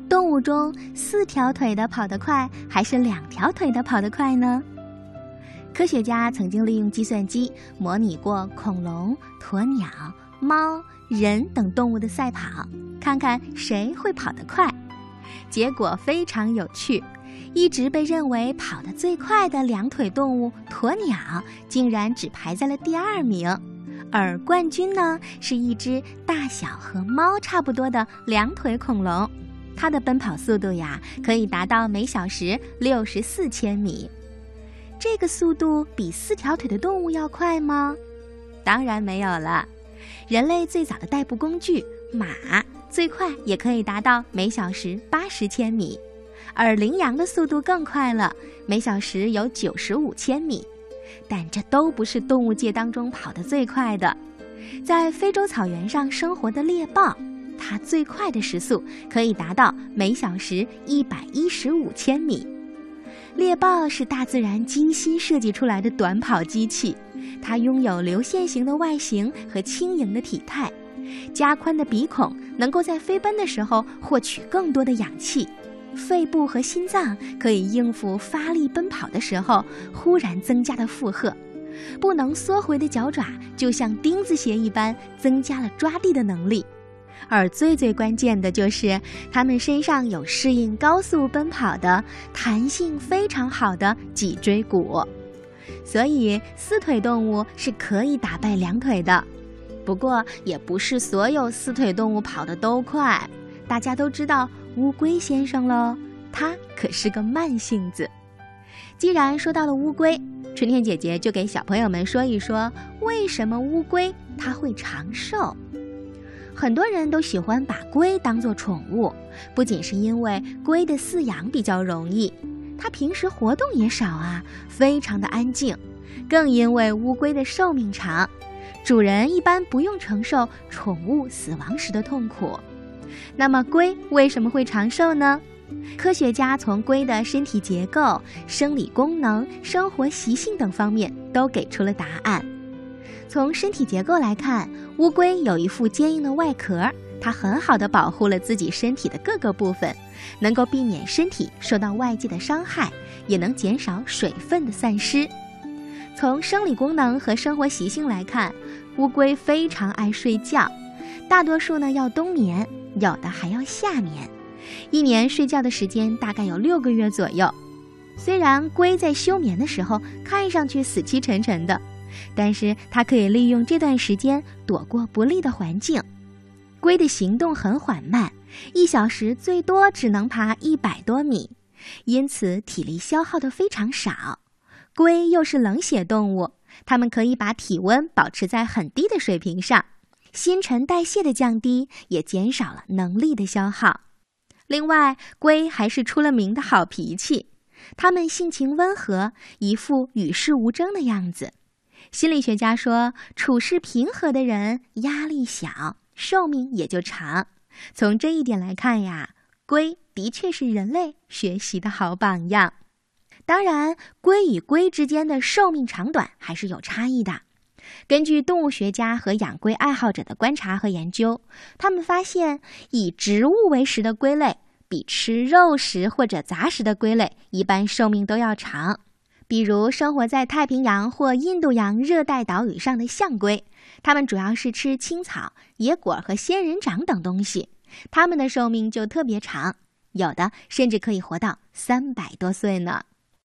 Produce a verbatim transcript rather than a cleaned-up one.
动物中四条腿的跑得快，还是两条腿的跑得快呢？科学家曾经利用计算机模拟过恐龙、鸵鸟、猫、人等动物的赛跑，看看谁会跑得快。结果非常有趣，一直被认为跑得最快的两腿动物鸵鸟，竟然只排在了第二名，而冠军呢，是一只大小和猫差不多的两腿恐龙，它的奔跑速度呀，可以达到每小时六十四千米。这个速度比四条腿的动物要快吗？当然没有了。人类最早的代步工具马，最快也可以达到每小时八十千米，而羚羊的速度更快了，每小时有九十五千米。但这都不是动物界当中跑得最快的。在非洲草原上生活的猎豹，它最快的时速可以达到每小时一百一十五千米。猎豹是大自然精心设计出来的短跑机器，它拥有流线型的外形和轻盈的体态，加宽的鼻孔能够在飞奔的时候获取更多的氧气，肺部和心脏可以应付发力奔跑的时候忽然增加的负荷，不能缩回的脚爪就像钉子鞋一般，增加了抓地的能力。而最最关键的就是它们身上有适应高速奔跑的弹性非常好的脊椎骨，所以四腿动物是可以打败两腿的。不过也不是所有四腿动物跑得都快，大家都知道乌龟先生咯，它可是个慢性子。既然说到了乌龟，春天姐姐就给小朋友们说一说，为什么乌龟它会长寿。很多人都喜欢把龟当作宠物，不仅是因为龟的饲养比较容易，它平时活动也少啊，非常的安静，更因为乌龟的寿命长，主人一般不用承受宠物死亡时的痛苦。那么龟为什么会长寿呢？科学家从龟的身体结构、生理功能、生活习性等方面都给出了答案。从身体结构来看，乌龟有一副坚硬的外壳，它很好地保护了自己身体的各个部分，能够避免身体受到外界的伤害，也能减少水分的散失。从生理功能和生活习性来看，乌龟非常爱睡觉，大多数呢要冬眠，有的还要夏眠，一年睡觉的时间大概有六个月左右。虽然龟在休眠的时候看上去死气沉沉的，但是它可以利用这段时间躲过不利的环境。龟的行动很缓慢，一小时最多只能爬一百多米，因此体力消耗得非常少。龟又是冷血动物，它们可以把体温保持在很低的水平上，新陈代谢的降低也减少了能力的消耗。另外，龟还是出了名的好脾气，它们性情温和，一副与世无争的样子。心理学家说，处事平和的人压力小，寿命也就长。从这一点来看呀，龟的确是人类学习的好榜样。当然，龟与龟之间的寿命长短还是有差异的。根据动物学家和养龟爱好者的观察和研究，他们发现以植物为食的龟类比吃肉食或者杂食的龟类一般寿命都要长。比如生活在太平洋或印度洋热带岛屿上的象龟，它们主要是吃青草、野果和仙人掌等东西，它们的寿命就特别长，有的甚至可以活到三百多岁呢。